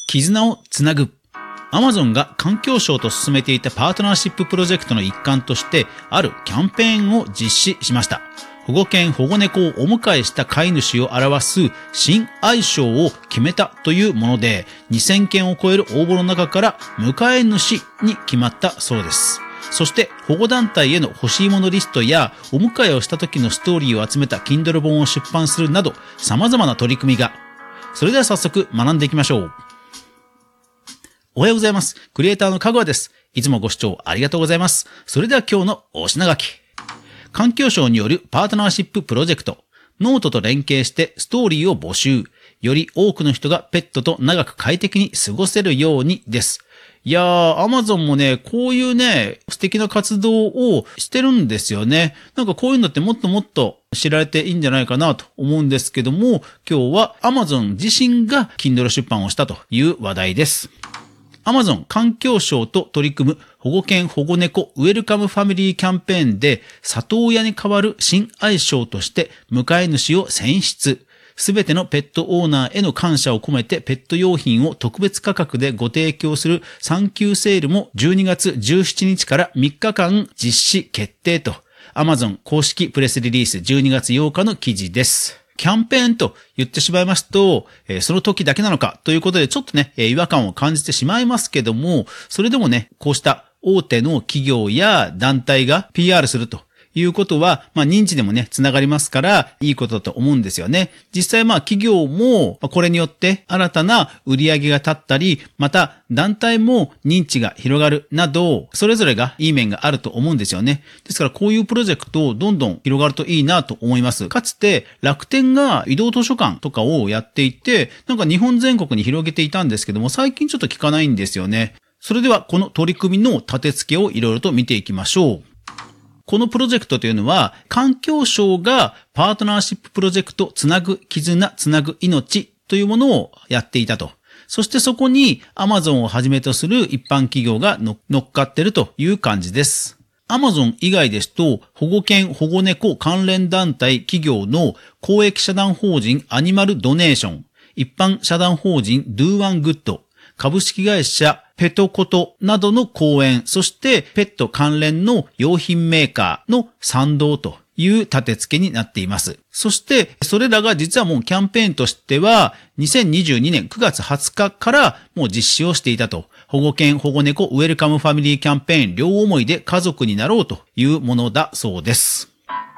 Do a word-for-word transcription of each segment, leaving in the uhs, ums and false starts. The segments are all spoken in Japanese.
絆をつなぐ。アマゾンが環境省と進めていたパートナーシッププロジェクトの一環として、あるキャンペーンを実施しました。保護犬保護猫をお迎えした飼い主を表す新愛称を決めたというもので、にせんけんを超える応募の中から迎え主に決まったそうです。そして保護団体への欲しいものリストやお迎えをした時のストーリーを集めた Kindle 本を出版するなど様々な取り組みが。それでは早速学んでいきましょう。おはようございます。クリエイターのかぐわです。いつもご視聴ありがとうございます。それでは今日のお品書き。環境省によるパートナーシッププロジェクト。ノートと連携してストーリーを募集。より多くの人がペットと長く快適に過ごせるようにです。いやー、アマゾンもね、こういうね、素敵な活動をしてるんですよね。なんかこういうのってもっともっと知られていいんじゃないかなと思うんですけども、今日はアマゾン自身が Kindle 出版をしたという話題です。アマゾン環境省と取り組む保護犬保護猫ウェルカムファミリーキャンペーンで里親に代わる新愛称として迎え主を選出。すべてのペットオーナーへの感謝を込めてペット用品を特別価格でご提供するサンキューセールもじゅうにがつじゅうしちにちからみっかかん実施決定と アマゾン 公式プレスリリースじゅうにがつようかの記事です。キャンペーンと言ってしまいますと、えー、その時だけなのかということでちょっとね、えー、違和感を感じてしまいますけども、それでもね、こうした大手の企業や団体が ピーアール するということは、まあ認知でもね、つながりますから、いいことだと思うんですよね。実際まあ企業も、これによって新たな売り上げが立ったり、また団体も認知が広がるなど、それぞれがいい面があると思うんですよね。ですからこういうプロジェクトどんどん広がるといいなと思います。かつて楽天が移動図書館とかをやっていて、なんか日本全国に広げていたんですけども、最近ちょっと聞かないんですよね。それではこの取り組みの立て付けをいろいろと見ていきましょう。このプロジェクトというのは、環境省がパートナーシッププロジェクトつなぐ絆つなぐ命というものをやっていたと。そしてそこに アマゾン をはじめとする一般企業が乗っかっているという感じです。アマゾン 以外ですと、保護犬保護猫関連団体企業の公益社団法人アニマルドネーション、一般社団法人 Do One Good、株式会社ペトコトなどの講演、そしてペット関連の用品メーカーの賛同という立て付けになっています。そしてそれらが実はもうキャンペーンとしてはにせんにじゅうにねんくがつはつかからもう実施をしていたと。保護犬保護猫ウェルカムファミリーキャンペーン両思いで家族になろうというものだそうです。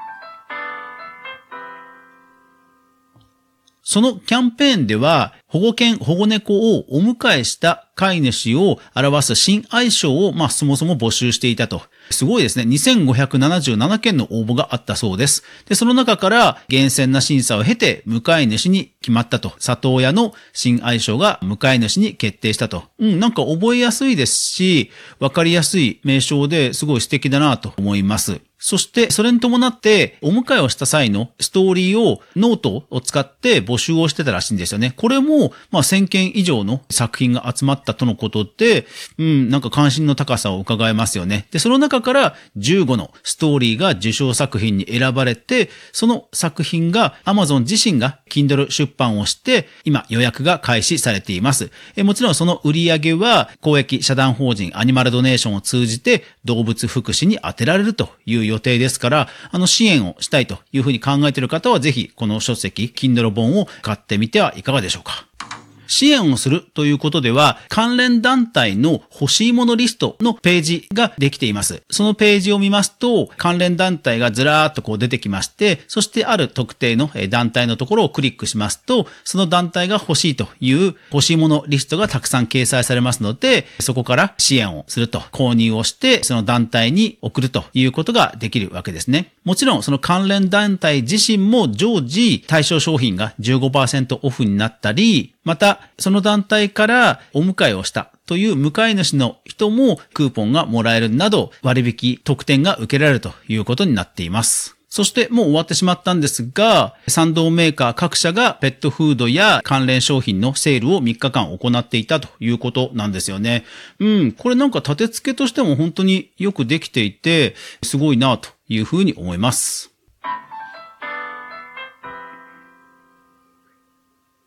そのキャンペーンでは保護犬保護猫をお迎えした飼い主を表す新愛称をまあそもそも募集していたと。すごいですね。にせんごひゃくななじゅうななけんの応募があったそうです。で、その中から厳選な審査を経て迎え主に決まったと。里親の新愛称が迎え主に決定したと。うん、なんか覚えやすいですし、わかりやすい名称ですごい素敵だなと思います。そして、それに伴って、お迎えをした際のストーリーをノートを使って募集をしてたらしいんですよね。これも、まあ、せんけん以上の作品が集まったとのことで、うん、なんか関心の高さを伺えますよね。で、その中からじゅうごのストーリーが受賞作品に選ばれて、その作品が アマゾン 自身が Kindle 出版をして、今予約が開始されています。えもちろんその売り上げは公益社団法人アニマルドネーションを通じて動物福祉に充てられるという予定ですから、あの支援をしたいというふうに考えている方はぜひこの書籍 Kindle 本を買ってみてはいかがでしょうか。支援をするということでは、関連団体の欲しいものリストのページができています。そのページを見ますと、関連団体がずらーっとこう出てきまして、そしてある特定の団体のところをクリックしますと、その団体が欲しいという欲しいものリストがたくさん掲載されますので、そこから支援をすると、購入をして、その団体に送るということができるわけですね。もちろんその関連団体自身も常時対象商品が じゅうごパーセント オフになったり、また、その団体からお迎えをしたという迎え主の人もクーポンがもらえるなど割引特典が受けられるということになっています。そしてもう終わってしまったんですが、賛同メーカー各社がペットフードや関連商品のセールをみっかかん行っていたということなんですよね。うん、これなんか立て付けとしても本当によくできていて、すごいなというふうに思います。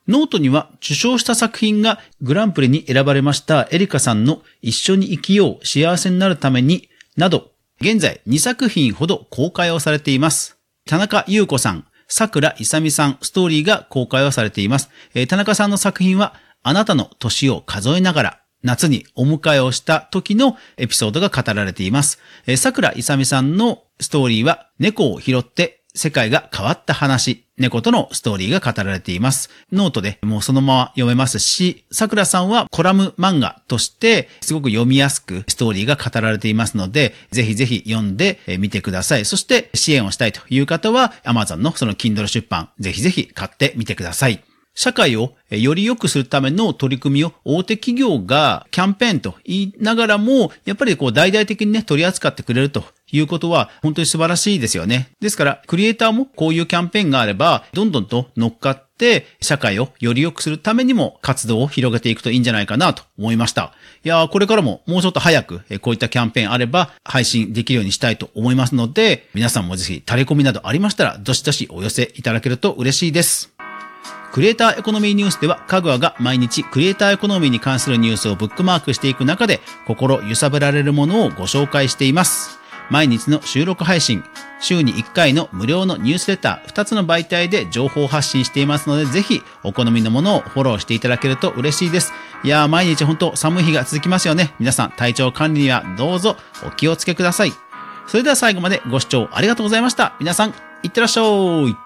ノートには受賞した作品がグランプリに選ばれましたエリカさんの一緒に生きよう幸せになるためになど、現在にさく品ほど公開をされています。田中優子さん、桜いさみさんストーリーが公開をされています。えー、田中さんの作品はあなたの年を数えながら夏にお迎えをした時のエピソードが語られています。えー、桜いさみさんのストーリーは猫を拾って世界が変わった話、猫とのストーリーが語られています。ノートでもうそのまま読めますし、桜さんはコラム漫画としてすごく読みやすくストーリーが語られていますので、ぜひぜひ読んでみてください。そして支援をしたいという方は Amazon のその Kindle 出版、ぜひぜひ買ってみてください。社会をより良くするための取り組みを大手企業がキャンペーンと言いながらも、やっぱりこう大々的にね、取り扱ってくれるということは本当に素晴らしいですよね。ですから、クリエイターもこういうキャンペーンがあれば、どんどんと乗っかって社会をより良くするためにも活動を広げていくといいんじゃないかなと思いました。いやー、これからももうちょっと早くこういったキャンペーンあれば配信できるようにしたいと思いますので、皆さんもぜひタレコミなどありましたら、どしどしお寄せいただけると嬉しいです。クリエイターエコノミーニュースでは、かぐわが毎日クリエイターエコノミーに関するニュースをブックマークしていく中で、心揺さぶられるものをご紹介しています。毎日の収録配信、週にいっかいの無料のニュースレター、ふたつの媒体で情報発信していますので、ぜひお好みのものをフォローしていただけると嬉しいです。いやー、毎日本当寒い日が続きますよね。皆さん体調管理にはどうぞお気をつけください。それでは最後までご視聴ありがとうございました。皆さん、いってらっしゃい。